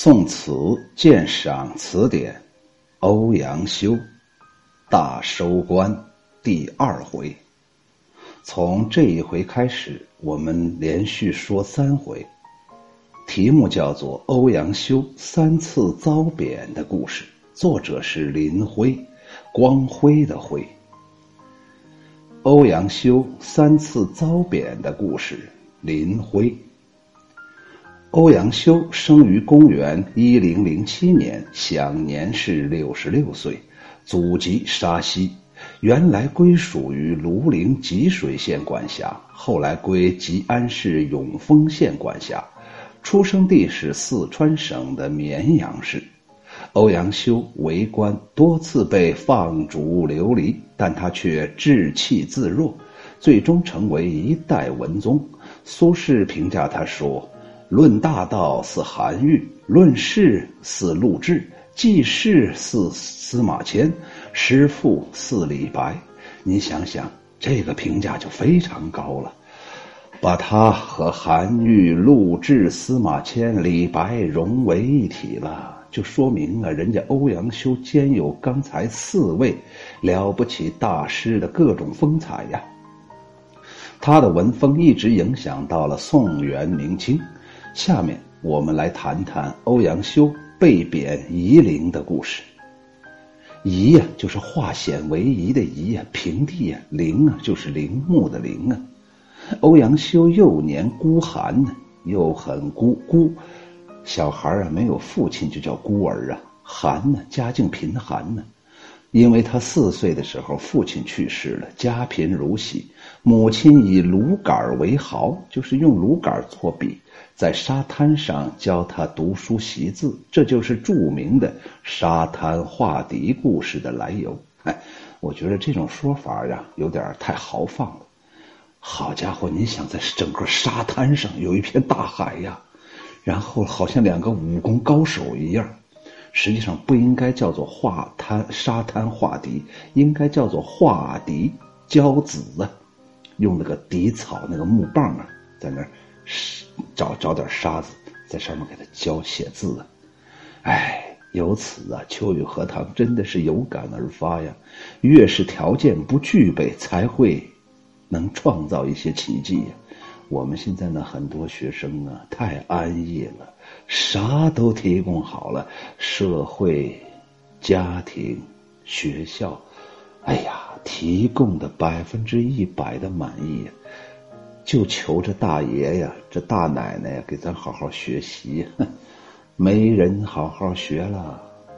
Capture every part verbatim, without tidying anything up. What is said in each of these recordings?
宋词鉴赏词典，欧阳修大收官第二回。从这一回开始，我们连续说三回，题目叫做欧阳修三次遭贬的故事，作者是林辉，光辉的辉。欧阳修三次遭贬的故事，林辉。欧阳修生于公元一零零七年，享年是六十六岁，祖籍沙溪，原来归属于庐陵吉水县管辖，后来归吉安市永丰县管辖，出生地是四川省的绵阳市。欧阳修为官多次被放逐流离，但他却志气自若，最终成为一代文宗。苏轼评价他说：论大道似韩愈，论事似陆贽，记事似司马迁，诗赋似李白。你想想，这个评价就非常高了，把他和韩愈、陆贽、司马迁、李白融为一体了，就说明啊，人家欧阳修兼有刚才四位了不起大师的各种风采呀。他的文风一直影响到了宋元明清。下面我们来谈谈欧阳修被贬夷陵的故事。夷呀、啊，就是化险为夷的夷呀、啊，平地呀、啊；陵啊，就是陵墓的陵啊。欧阳修幼年孤寒呢，又很孤孤，小孩啊没有父亲就叫孤儿啊。寒呢，家境贫寒呢，因为他四岁的时候父亲去世了，家贫如洗，母亲以芦杆为毫，就是用芦杆做笔，在沙滩上教他读书习字，这就是著名的沙滩画笛故事的来由。哎，我觉得这种说法呀，有点太豪放了。好家伙，你想在整个沙滩上有一片大海呀，然后好像两个武功高手一样，实际上不应该叫做画滩沙滩画笛，应该叫做画笛教子啊，用那个笛草那个木棒啊，在那儿找找点沙子，在上面给他教写字啊。哎，由此啊，秋雨荷塘真的是有感而发呀。越是条件不具备，才会能创造一些奇迹呀。我们现在呢，很多学生啊，太安逸了，啥都提供好了，社会、家庭、学校，哎呀，提供的百分之一百的满意呀。就求这大爷呀，这大奶奶呀，给咱好好学习，没人好好学了。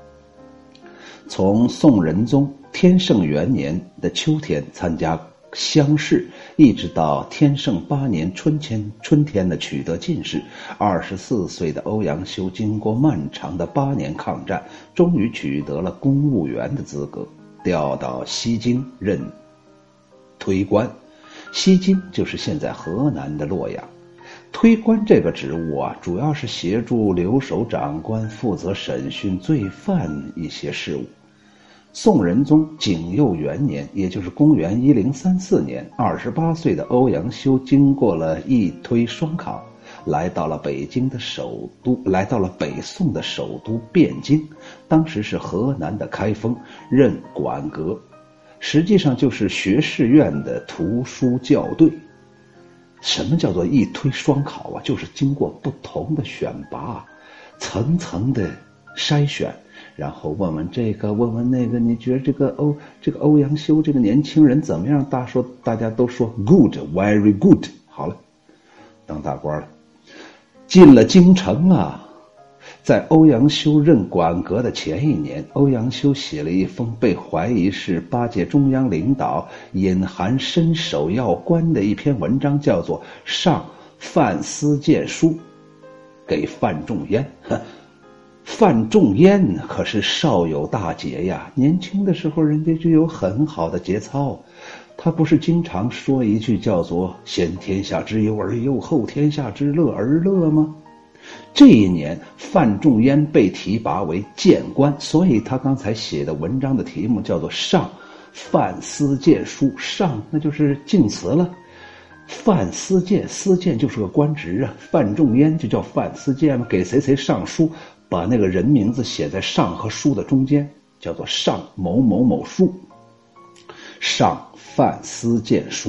从宋仁宗天圣元年的秋天参加乡试，一直到天圣八年春天春天的取得进士，二十四岁的欧阳修经过漫长的八年抗战，终于取得了公务员的资格，调到西京任推官。西京就是现在河南的洛阳。推官这个职务啊，主要是协助留守长官负责审讯罪犯一些事务。宋仁宗景佑元年，也就是公元一零三四年，二十八岁的欧阳修经过了一推双考，来到了北京的首都，来到了北宋的首都汴京，当时是河南的开封，任馆阁，实际上就是学士院的图书校对。什么叫做一推双考啊？就是经过不同的选拔，层层的筛选，然后问问这个问问那个，你觉得这个欧这个欧阳修这个年轻人怎么样？大说大家都说 good very good， 好了，当大官了，进了京城了。在欧阳修任馆阁的前一年，欧阳修写了一封被怀疑是巴结中央领导、隐含深首要关的一篇文章，叫做《上范思谏书》，给范仲淹。范仲淹可是少有大节呀，年轻的时候人家就有很好的节操。他不是经常说一句叫做先天下之忧而忧，后天下之乐而乐吗？这一年范仲淹被提拔为谏官，所以他刚才写的文章的题目叫做《上范思谏书》，上那就是敬词了，范思谏，思谏就是个官职啊，范仲淹就叫范思谏嘛，给谁谁上书， 把那个人名字写在上和书的中间，叫做上某某某书，上范思建书。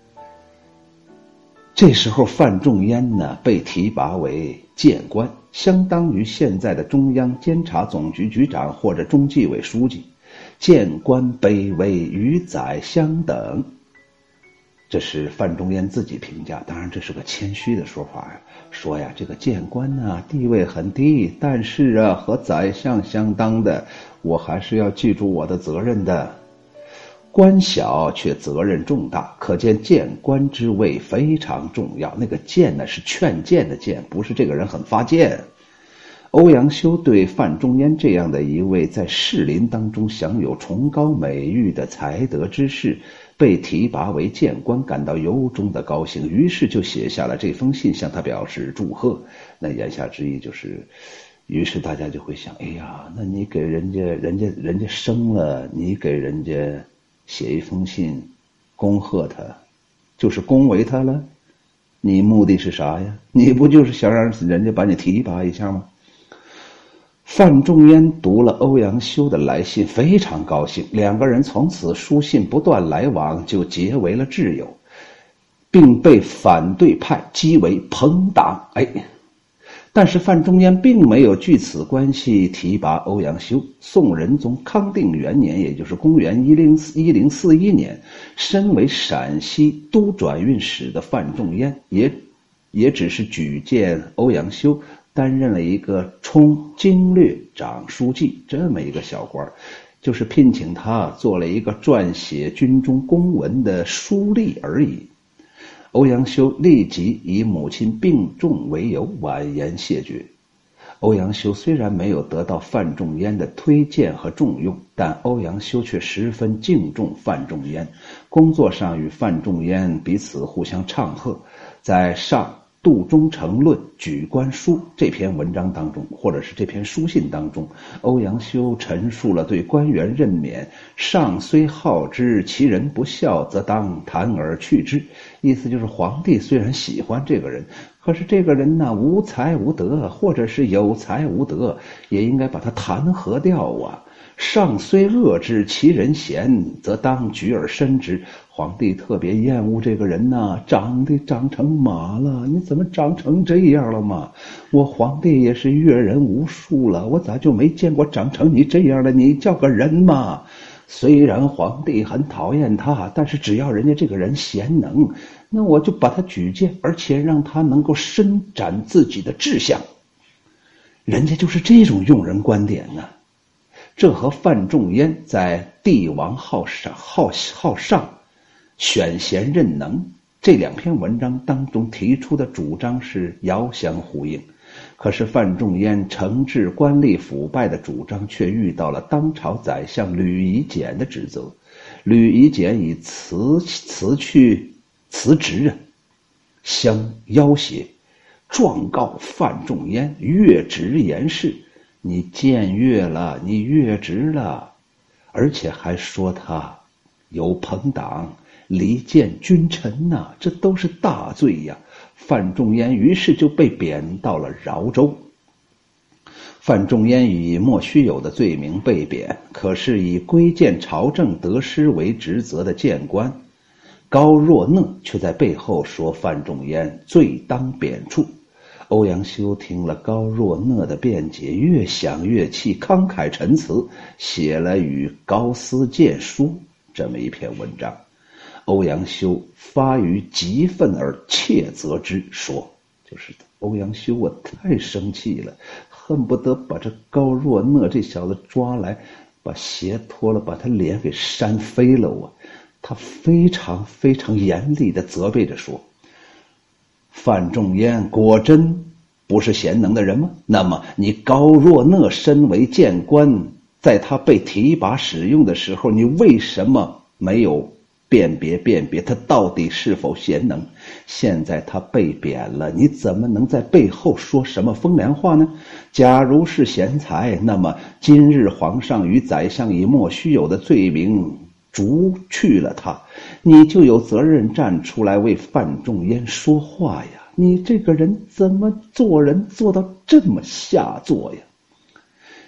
这时候范仲淹呢被提拔为谏官，相当于现在的中央监察总局局长或者中纪委书记。谏官卑微与宰相等，这是范仲淹自己评价，当然这是个谦虚的说法呀。说呀，这个谏官呢地位很低，但是啊和宰相相当的，我还是要记住我的责任的。官小却责任重大，可见谏官之位非常重要。那个谏呢是劝谏的谏，不是这个人很发谏。欧阳修对范仲淹这样的一位在士林当中享有崇高美誉的才德之士被提拔为谏官感到由衷的高兴，于是就写下了这封信向他表示祝贺。那言下之意就是，于是大家就会想，哎呀，那你给人家人家人家升了，你给人家写一封信恭贺他，就是恭维他了，你目的是啥呀？你不就是想让人家把你提拔一下吗？范仲淹读了欧阳修的来信，非常高兴，两个人从此书信不断来往，就结为了挚友，并被反对派讥为朋党。哎，但是范仲淹并没有据此关系提拔欧阳修。宋仁宗康定元年，也就是公元一零四一年，身为陕西都转运使的范仲淹也也只是举荐欧阳修担任了一个充经略长书记这么一个小官，就是聘请他做了一个撰写军中公文的书吏而已。欧阳修立即以母亲病重为由婉言谢绝。欧阳修虽然没有得到范仲淹的推荐和重用，但欧阳修却十分敬重范仲淹，工作上与范仲淹彼此互相唱和。在上杜忠诚论举官书这篇文章当中，或者是这篇书信当中，欧阳修陈述了对官员任免上虽好之，其人不孝，则当弹而去之。意思就是皇帝虽然喜欢这个人，可是这个人呢无才无德，或者是有才无德，也应该把他弹劾掉啊。上虽恶之，其人贤，则当举而申之。皇帝特别厌恶这个人呐，长得长成马了，你怎么长成这样了嘛？我皇帝也是阅人无数了，我咋就没见过长成你这样的？你叫个人嘛？虽然皇帝很讨厌他，但是只要人家这个人贤能，那我就把他举荐，而且让他能够伸展自己的志向。人家就是这种用人观点呢。这和范仲淹在帝王好上好好上选贤任能这两篇文章当中提出的主张是遥相呼应。可是范仲淹惩治官吏腐败的主张却遇到了当朝宰相吕夷简的指责。吕夷简以辞辞去辞职啊相要挟，状告范仲淹越职言事，你僭越了，你越职了，而且还说他有朋党，离间君臣呐、啊，这都是大罪呀。范仲淹于是就被贬到了饶州。范仲淹以莫须有的罪名被贬，可是以规谏朝政得失为职责的谏官高若讷却在背后说范仲淹罪当贬黜。欧阳修听了高若讷的辩解，越想越气，慷慨陈词，写了与高思谏书这么一篇文章。欧阳修发于极愤而切责之，说就是欧阳修我太生气了，恨不得把这高若讷这小子抓来，把鞋脱了，把他脸给扇飞了我。他非常非常严厉地责备着说，范仲淹果真不是贤能的人吗？那么你高若讷身为谏官，在他被提拔使用的时候，你为什么没有辨别辨别他到底是否贤能？现在他被贬了，你怎么能在背后说什么风凉话呢？假如是贤才，那么今日皇上与宰相以莫须有的罪名逐去了他，你就有责任站出来为范仲淹说话呀！你这个人怎么做人做到这么下作呀？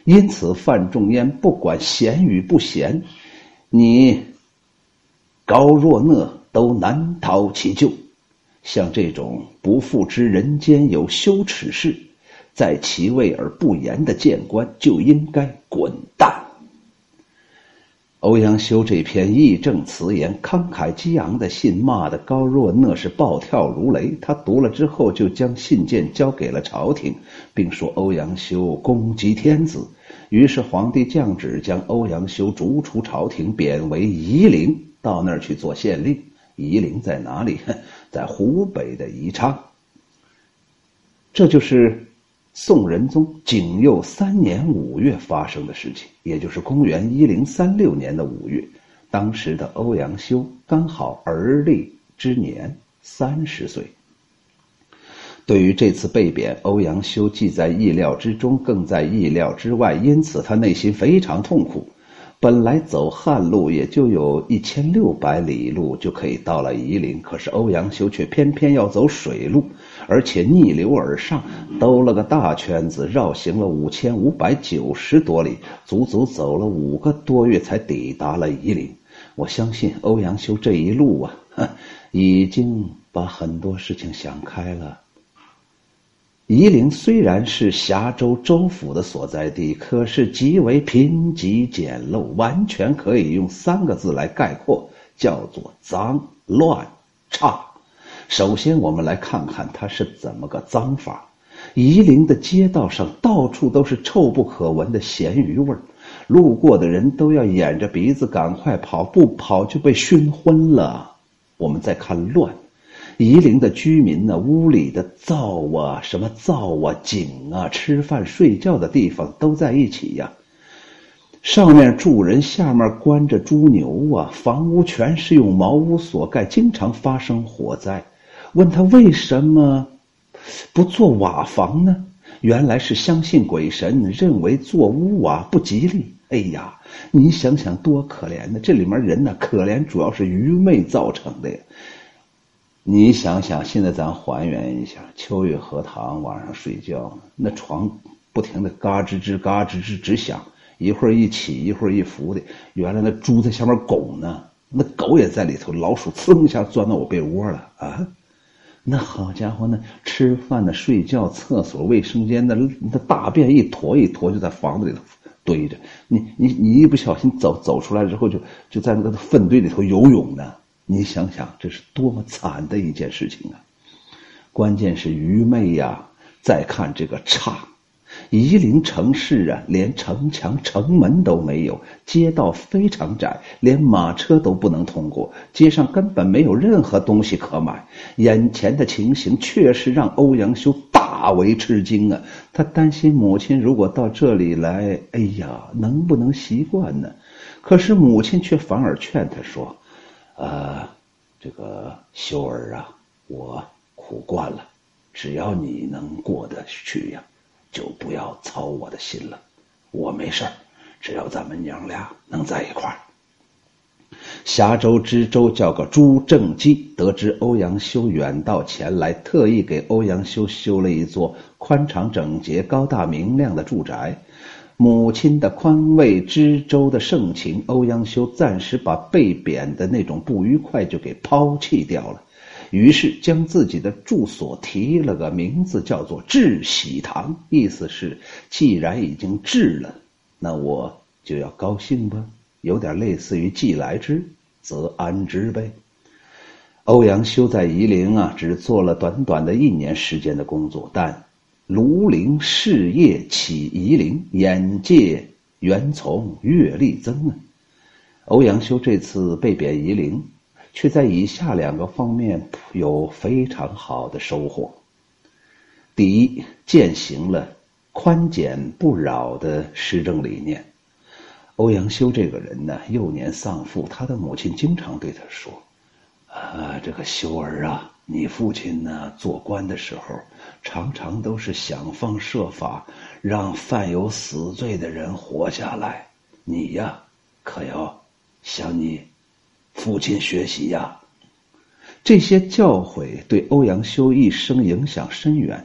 因此范仲淹不管贤与不贤，你高若讷都难逃其咎。像这种不复知人间有羞耻事，在其位而不言的谏官就应该滚蛋。欧阳修这篇义正辞严、慷慨激昂的信骂的高若讷是暴跳如雷，他读了之后就将信件交给了朝廷，并说欧阳修攻击天子。于是皇帝降旨将欧阳修逐出朝廷，贬为夷陵，到那儿去做县令。夷陵在哪里？在湖北的宜昌。这就是宋仁宗景佑三年五月发生的事情，也就是公元一零三六年的五月。当时的欧阳修刚好而立之年，三十岁。对于这次被贬，欧阳修既在意料之中，更在意料之外，因此他内心非常痛苦。本来走汉路也就有一千六百里路就可以到了夷陵，可是欧阳修却偏偏要走水路，而且逆流而上，兜了个大圈子，绕行了五千五百九十多里，足足走了五个多月才抵达了夷陵。我相信欧阳修这一路啊，已经把很多事情想开了。夷陵虽然是峡州州府的所在地，可是极为贫瘠简陋，完全可以用三个字来概括，叫做脏乱差。首先我们来看看它是怎么个脏法。夷陵的街道上到处都是臭不可闻的咸鱼味儿，路过的人都要掩着鼻子赶快跑，不跑就被熏昏了。我们再看乱，夷陵的居民呢，屋里的灶啊、什么灶啊、井啊、吃饭睡觉的地方都在一起呀。上面住人，下面关着猪牛啊，房屋全是用茅屋所盖，经常发生火灾。问他为什么不做瓦房呢？原来是相信鬼神，认为做屋瓦不吉利。哎呀，你想想多可怜呢！这里面人呢，可怜主要是愚昧造成的呀。你想想，现在咱还原一下，秋月荷塘晚上睡觉，那床不停的嘎吱吱嘎吱吱直响，一会儿一起一会儿一伏的。原来那猪在下面拱呢，那狗也在里头，老鼠噌一下钻到我被窝了啊！那好家伙呢，吃饭的、睡觉、厕所、卫生间的，那大便一坨一坨就在房子里头堆着。你你你一不小心走走出来之后就，就就在那个粪堆里头游泳呢。你想想，这是多么惨的一件事情啊！关键是愚昧呀。再看这个差，夷陵城市啊，连城墙、城门都没有，街道非常窄，连马车都不能通过，街上根本没有任何东西可买。眼前的情形确实让欧阳修大为吃惊啊！他担心母亲如果到这里来，哎呀，能不能习惯呢？可是母亲却反而劝他说，呃，这个修儿啊，我苦惯了，只要你能过得去呀，就不要操我的心了。我没事儿，只要咱们娘俩能在一块儿。峡州知州叫个朱正基，得知欧阳修远道前来，特意给欧阳修修了一座宽敞整洁、高大明亮的住宅。母亲的宽慰，知州的盛情，欧阳修暂时把被贬的那种不愉快就给抛弃掉了，于是将自己的住所提了个名字，叫做治喜堂，意思是既然已经治了，那我就要高兴吧，有点类似于既来之则安之呗。欧阳修在夷陵啊，只做了短短的一年时间的工作，但庐陵事业起夷陵，眼界缘从阅历增啊。欧阳修这次被贬夷陵，却在以下两个方面有非常好的收获。第一，践行了宽简不扰的施政理念。欧阳修这个人呢，幼年丧父，他的母亲经常对他说，啊，这个修儿啊，你父亲呢做官的时候，常常都是想方设法让犯有死罪的人活下来，你呀，可要向你父亲学习呀。这些教诲对欧阳修一生影响深远。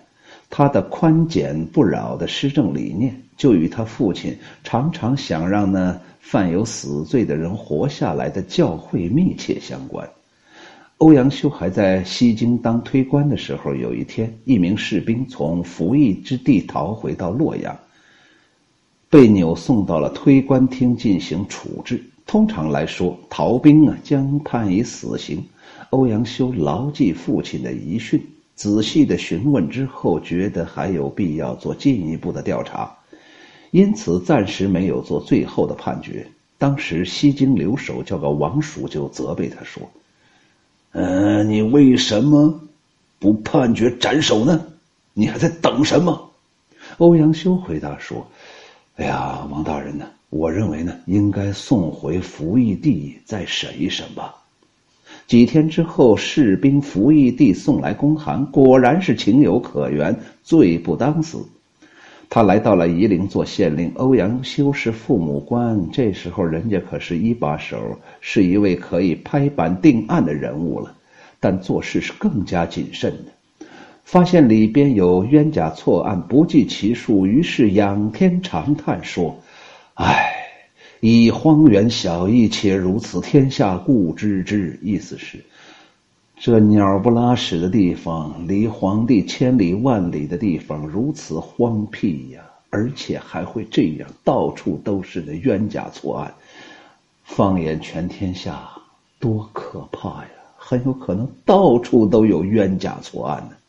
他的宽简不扰的施政理念，就与他父亲常常想让那犯有死罪的人活下来的教会密切相关。欧阳修还在西京当推官的时候，有一天，一名士兵从服役之地逃回到洛阳，被扭送到了推官厅进行处置。通常来说，逃兵啊将判以死刑。欧阳修牢记父亲的遗训，仔细的询问之后，觉得还有必要做进一步的调查，因此暂时没有做最后的判决。当时西京留守叫个王曙就责备他说：呃，你为什么不判决斩首呢？你还在等什么？欧阳修回答说：哎呀，王大人呢，我认为呢，应该送回服役地再审一审吧。几天之后，士兵服役地送来公函，果然是情有可原，罪不当死。他来到了夷陵做县令，欧阳修是父母官，这时候人家可是一把手，是一位可以拍板定案的人物了，但做事是更加谨慎的。发现里边有冤假错案，不计其数，于是仰天长叹说：唉，以荒原小邑，且如此，天下固知之。意思是这鸟不拉屎的地方，离皇帝千里万里的地方如此荒僻呀，而且还会这样，到处都是的冤假错案，放眼全天下多可怕呀，很有可能到处都有冤假错案呢。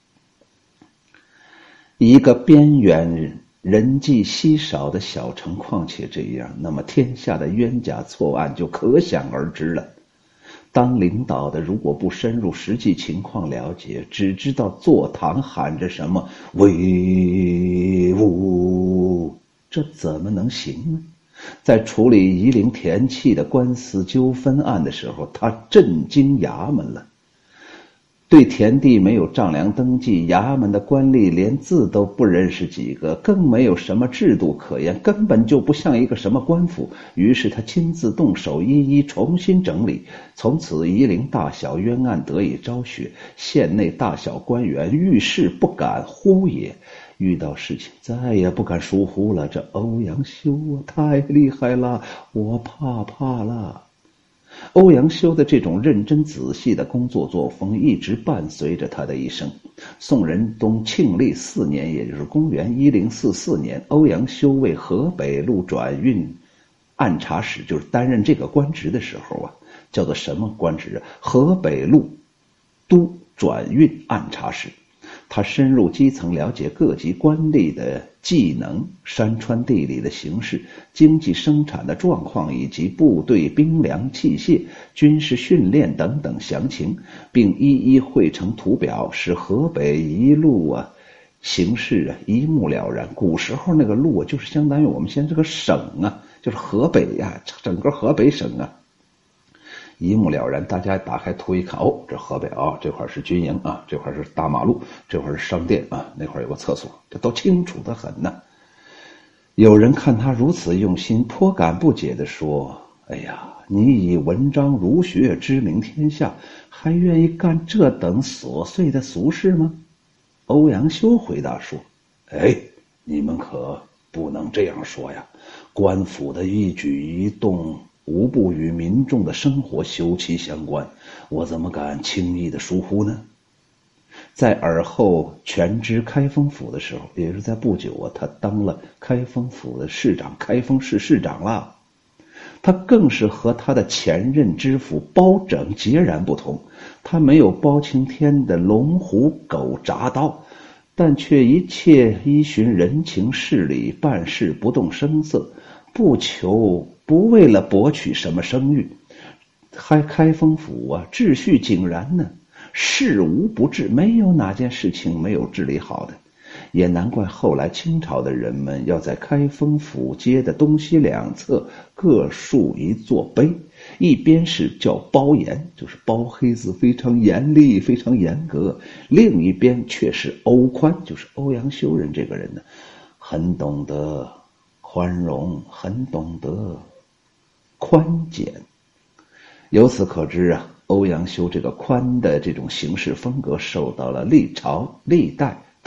一个边缘人迹稀少的小城，况且这样，那么天下的冤假错案就可想而知了。当领导的如果不深入实际情况了解，只知道坐堂喊着什么威武，这怎么能行呢？在处理夷陵田契的官司纠纷案的时候，他震惊衙门了。对田地没有丈量登记，衙门的官吏连字都不认识几个，更没有什么制度可言，根本就不像一个什么官府。于是他亲自动手，一一重新整理。从此夷陵大小冤案得以昭雪，县内大小官员遇事不敢忽也，遇到事情再也不敢疏忽了。这欧阳修啊，太厉害了，我怕怕了。欧阳修的这种认真仔细的工作作风一直伴随着他的一生。宋仁宗庆历四年，也就是公元一零四四年，欧阳修为河北路转运按察使，就是担任这个官职的时候啊，叫做什么官职啊？河北路都转运按察使。他深入基层，了解各级官吏的技能、山川地理的形势、经济生产的状况，以及部队兵粮器械、军事训练等等详情，并一一绘成图表，使河北一路啊形势啊一目了然。古时候那个路啊，就是相当于我们现在这个省啊，就是河北啊，整个河北省啊，一目了然。大家打开图一看，哦，这河北啊，这块是军营啊，这块是大马路，这块是商店啊，那块有个厕所，这都清楚得很呢。有人看他如此用心，颇感不解地说：哎呀，你以文章儒学知名天下，还愿意干这等琐碎的俗事吗？欧阳修回答说：哎，你们可不能这样说呀，官府的一举一动无不与民众的生活休戚相关，我怎么敢轻易的疏忽呢？在尔后全知开封府的时候，也就是在不久啊，他当了开封府的市长，开封市市长了。他更是和他的前任知府包拯截然不同，他没有包青天的龙虎狗铡刀，但却一切依循人情事理，办事不动声色，不求不为了博取什么声誉。开开封府啊，秩序井然呢，事无不治，没有哪件事情没有治理好的。也难怪后来清朝的人们要在开封府街的东西两侧各竖一座碑，一边是叫包严，就是包黑字，非常严厉非常严格，另一边却是欧宽，就是欧阳修人这个人呢，很懂得宽容，很懂得宽简。由此可知啊，欧阳修这个宽的这种行事风格受到了历朝历代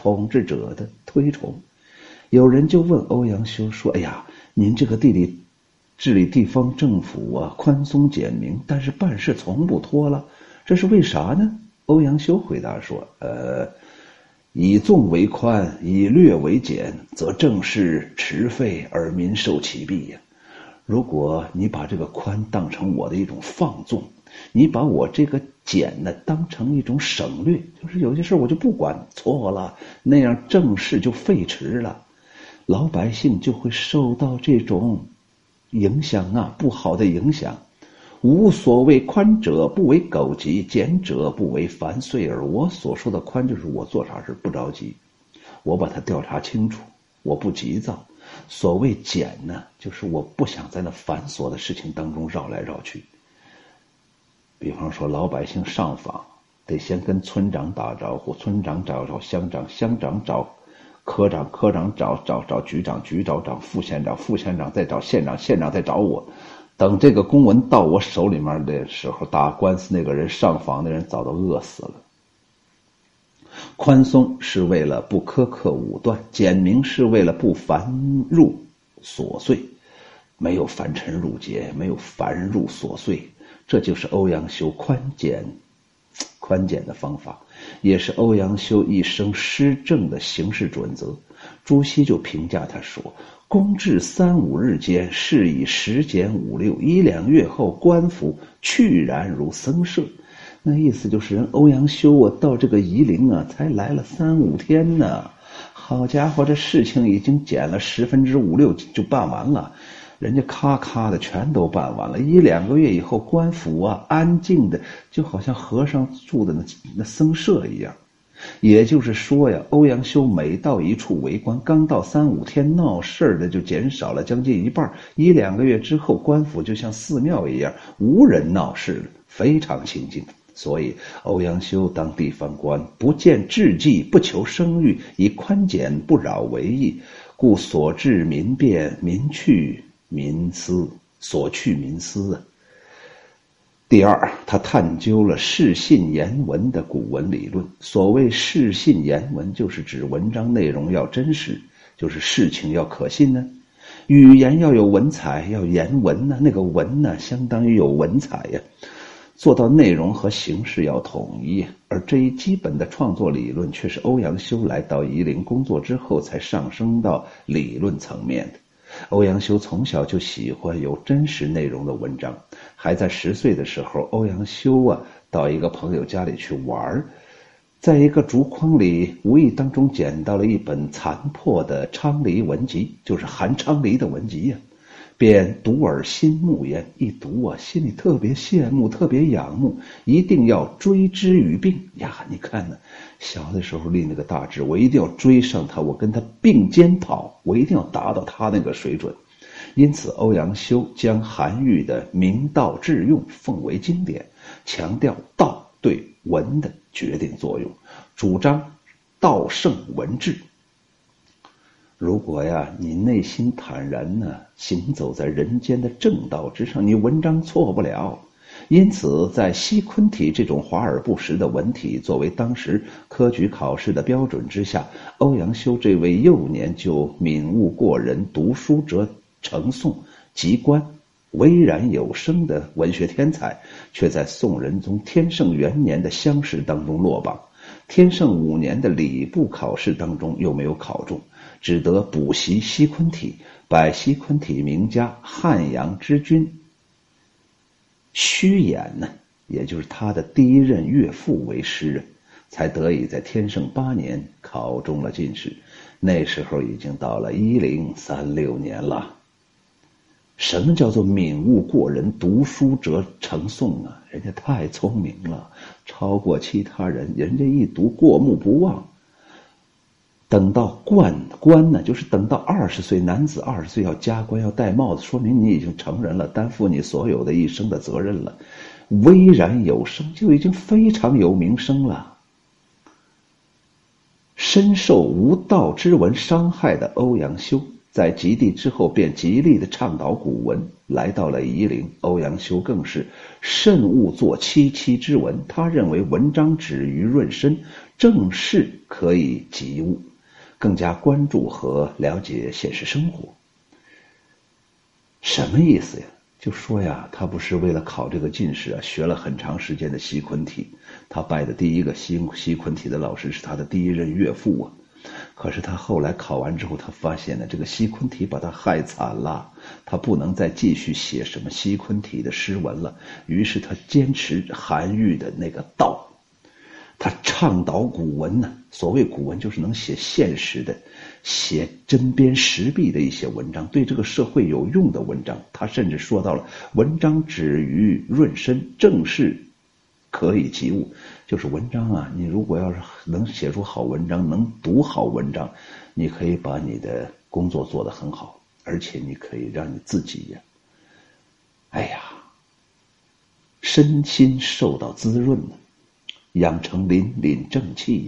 统治者的推崇。有人就问欧阳修说：“哎呀，您这个地理治理地方政府啊，宽松简明，但是办事从不拖拉，这是为啥呢？”欧阳修回答说：“呃，以纵为宽，以略为简，则政事迟废而民受其弊呀。如果你把这个宽当成我的一种放纵，你把我这个简呢当成一种省略，就是有些事我就不管，错了，那样政事就废弛了，老百姓就会受到这种影响啊，不好的影响。无所谓宽者不为狗急，简者不为繁碎耳。我所说的宽，就是我做啥事不着急，我把它调查清楚，我不急躁。所谓简呢，就是我不想在那繁琐的事情当中绕来绕去。比方说老百姓上访，得先跟村长打招呼，村长找找乡长，乡长找科长，科长找找找局长，局长找副县长，副县长再找县长，县长再找我。等这个公文到我手里面的时候，打官司那个人上访的人早都饿死了。宽松是为了不苛刻武断，简明是为了不繁缛琐碎，没有凡尘入节，没有繁缛琐碎，这就是欧阳修宽简宽简的方法，也是欧阳修一生施政的行事准则。朱熹就评价他说：“公治三五日间，事以十减五六，一两月后，官府去然如僧舍。”那意思就是人欧阳修啊，到这个夷陵啊，才来了三五天呢，好家伙，这事情已经减了十分之五六就办完了，人家咔咔的全都办完了。一两个月以后，官府啊，安静的就好像和尚住的那那僧舍一样。也就是说呀，欧阳修每到一处为官，刚到三五天，闹事的就减少了将近一半，一两个月之后，官府就像寺庙一样，无人闹事了，非常清静。所以欧阳修当地方官，不见志计，不求声誉，以宽简不扰为意，故所至民变，民去民思，所去民思啊。第二，他探究了释信言文的古文理论。所谓释信言文，就是指文章内容要真实，就是事情要可信呢。语言要有文采，要言文呢，那个文呢，相当于有文采呀。做到内容和形式要统一，而这一基本的创作理论却是欧阳修来到夷陵工作之后才上升到理论层面的。欧阳修从小就喜欢有真实内容的文章，还在十岁的时候，欧阳修啊到一个朋友家里去玩，在一个竹筐里无意当中捡到了一本残破的昌黎文集，就是韩昌黎的文集呀、啊。便读而心慕焉，一读啊，心里特别羡慕，特别仰慕，一定要追之于并呀！你看呢，小的时候立那个大志，我一定要追上他，我跟他并肩跑，我一定要达到他那个水准。因此，欧阳修将韩愈的明道致用奉为经典，强调道对文的决定作用，主张道胜文治。如果呀，你内心坦然呢，行走在人间的正道之上，你文章错不了。因此，在西昆体这种华而不实的文体作为当时科举考试的标准之下，欧阳修这位幼年就敏悟过人、读书则成诵、及观、巍然有声的文学天才，却在宋仁宗天圣元年的乡试当中落榜，天圣五年的礼部考试当中又没有考中，只得补习西昆体，拜西昆体名家汉阳之君虚衍呢，也就是他的第一任岳父为师人，才得以在天圣八年考中了进士。那时候已经到了一零三六年了。什么叫做敏悟过人，读书则成诵啊？人家太聪明了，超过其他人，人家一读过目不忘。等到冠官呢，就是等到二十岁，男子二十岁要加官要戴帽子，说明你已经成人了，担负你所有的一生的责任了。巍然有声，就已经非常有名声了。深受无道之文伤害的欧阳修， 在极地之后便极力的倡导古文，来到了夷陵，欧阳修更是慎勿作萋萋之文。他认为文章止于润身，正是可以及物，更加关注和了解现实生活。什么意思呀？就说呀，他不是为了考这个进士啊，学了很长时间的西昆体。他拜的第一个西西昆体的老师是他的第一任岳父啊。可是他后来考完之后，他发现呢，这个西昆体把他害惨了，他不能再继续写什么西昆体的诗文了。于是他坚持韩愈的那个道，他倡导古文呢。所谓古文，就是能写现实的、写针砭时弊的一些文章，对这个社会有用的文章。他甚至说到了文章止于润身，正是可以及物。就是文章啊，你如果要是能写出好文章，能读好文章，你可以把你的工作做得很好，而且你可以让你自己呀，哎呀，身心受到滋润呢，养成凛凛正气呀。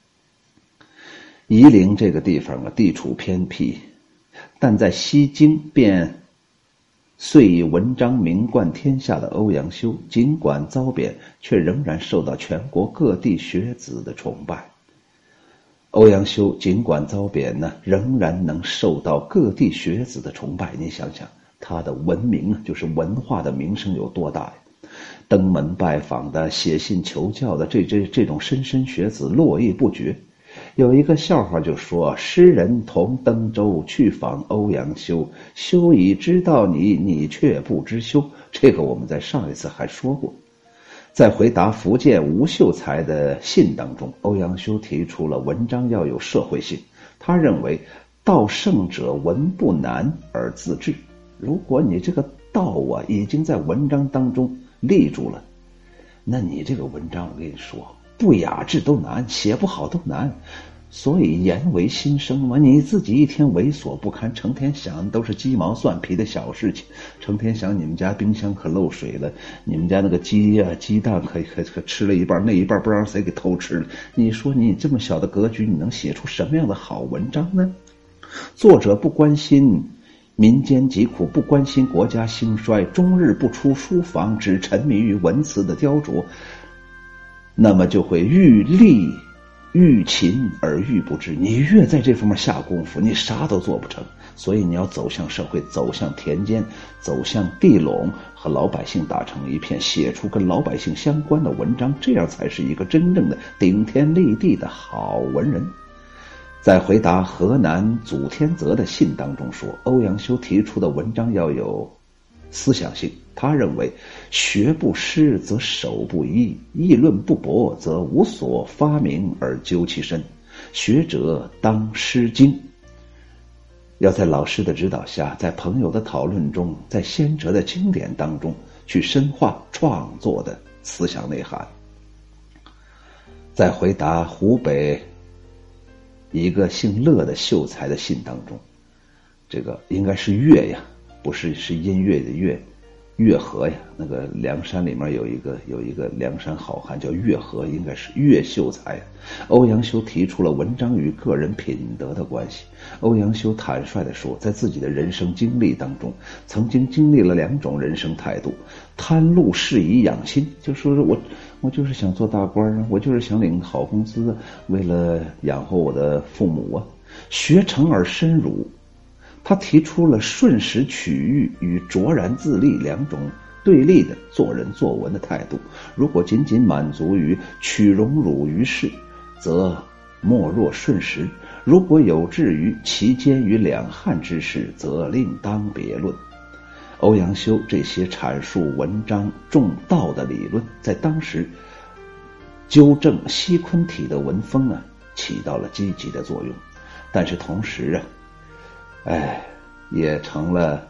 夷陵这个地方啊，地处偏僻，但在西京便遂以文章名冠天下的欧阳修，尽管遭贬，却仍然受到全国各地学子的崇拜。欧阳修尽管遭贬呢，仍然能受到各地学子的崇拜。你想想，他的文明啊，就是文化的名声有多大呀？登门拜访的、写信求教的，这这这种莘莘学子络绎不绝。有一个笑话就说，诗人同登舟去访欧阳修，修已知道你，你却不知修。这个我们在上一次还说过。在回答福建吴秀才的信当中，欧阳修提出了文章要有社会性。他认为道圣者文不难而自治，如果你这个道啊已经在文章当中立住了，那你这个文章我跟你说不雅致都难，写不好都难。所以言为心声嘛，你自己一天猥琐不堪，成天想都是鸡毛蒜皮的小事情，成天想你们家冰箱可漏水了，你们家那个鸡呀、啊、鸡蛋可可可吃了一半，那一半不知道谁给偷吃了。你说你这么小的格局，你能写出什么样的好文章呢？作者不关心民间疾苦，不关心国家兴衰，终日不出书房，只沉迷于文辞的雕琢，那么就会愈力愈勤而愈不至。你越在这方面下功夫，你啥都做不成。所以你要走向社会，走向田间，走向地垄，和老百姓打成一片，写出跟老百姓相关的文章，这样才是一个真正的顶天立地的好文人。在回答河南祖天泽的信当中说，欧阳修提出的文章要有思想性。他认为学不施则手不艺，议论不博则无所发明而究其身，学者当诗经。要在老师的指导下，在朋友的讨论中，在先哲的经典当中去深化创作的思想内涵。在回答湖北一个姓乐的秀才的信当中，这个应该是乐呀，不是是音乐的乐，乐和呀。那个梁山里面有一个有一个梁山好汉叫乐和，应该是乐秀才。欧阳修提出了文章与个人品德的关系。欧阳修坦率地说，在自己的人生经历当中，曾经经历了两种人生态度：贪禄适以养亲，就说我我就是想做大官啊，我就是想领好工资啊，为了养活我的父母啊；学成而深儒。他提出了顺时取欲与卓然自立两种对立的做人做文的态度。如果仅仅满足于取荣辱于世，则莫若顺时；如果有志于其间于两汉之事，则另当别论。欧阳修这些阐述文章重道的理论，在当时纠正西昆体的文风啊，起到了积极的作用。但是同时啊，哎，也成了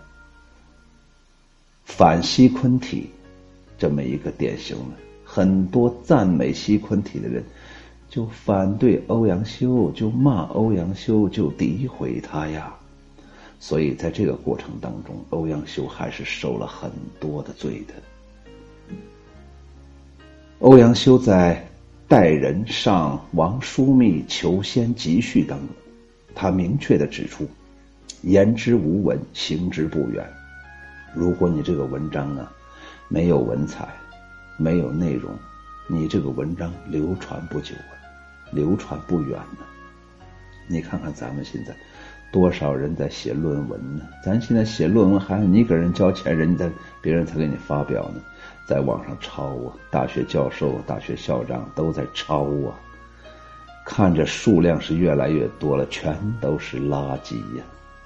反西昆体这么一个典型了。很多赞美西昆体的人就反对欧阳修，就骂欧阳修，就诋毁他呀。所以在这个过程当中，欧阳修还是受了很多的罪的。欧阳修在代人上王枢密求仙集序当中，他明确地指出， 言之无文，行之不远。如果你这个文章啊没有文采，没有内容，你这个文章流传不久啊，流传不远呢。你看看咱们现在多少人在写论文呢？咱现在写论文还要你给人交钱，人家别人才给你发表呢，在网上抄啊，大学教授、大学校长都在抄啊，看着数量是越来越多了，全都是垃圾呀。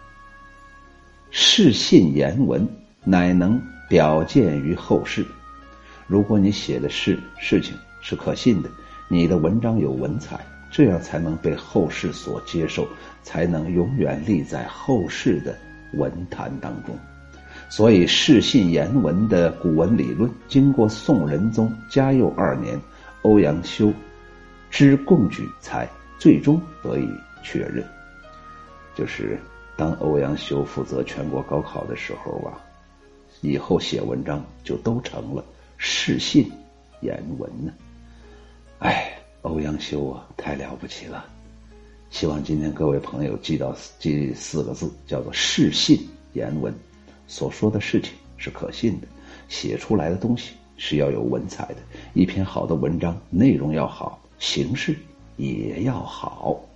事信言文，乃能表见于后世。如果你写的事事情是可信的，你的文章有文采，这样才能被后世所接受，才能永远立在后世的文坛当中。所以事信言文的古文理论，经过宋仁宗嘉佑二年欧阳修之贡举，才最终得以确认。就是当欧阳修负责全国高考的时候啊，以后写文章就都成了事信言文呢。哎，欧阳修啊，太了不起了！希望今天各位朋友记到这四个字，叫做事信言文。所说的事情是可信的，写出来的东西是要有文采的。一篇好的文章，内容要好，形式也要好。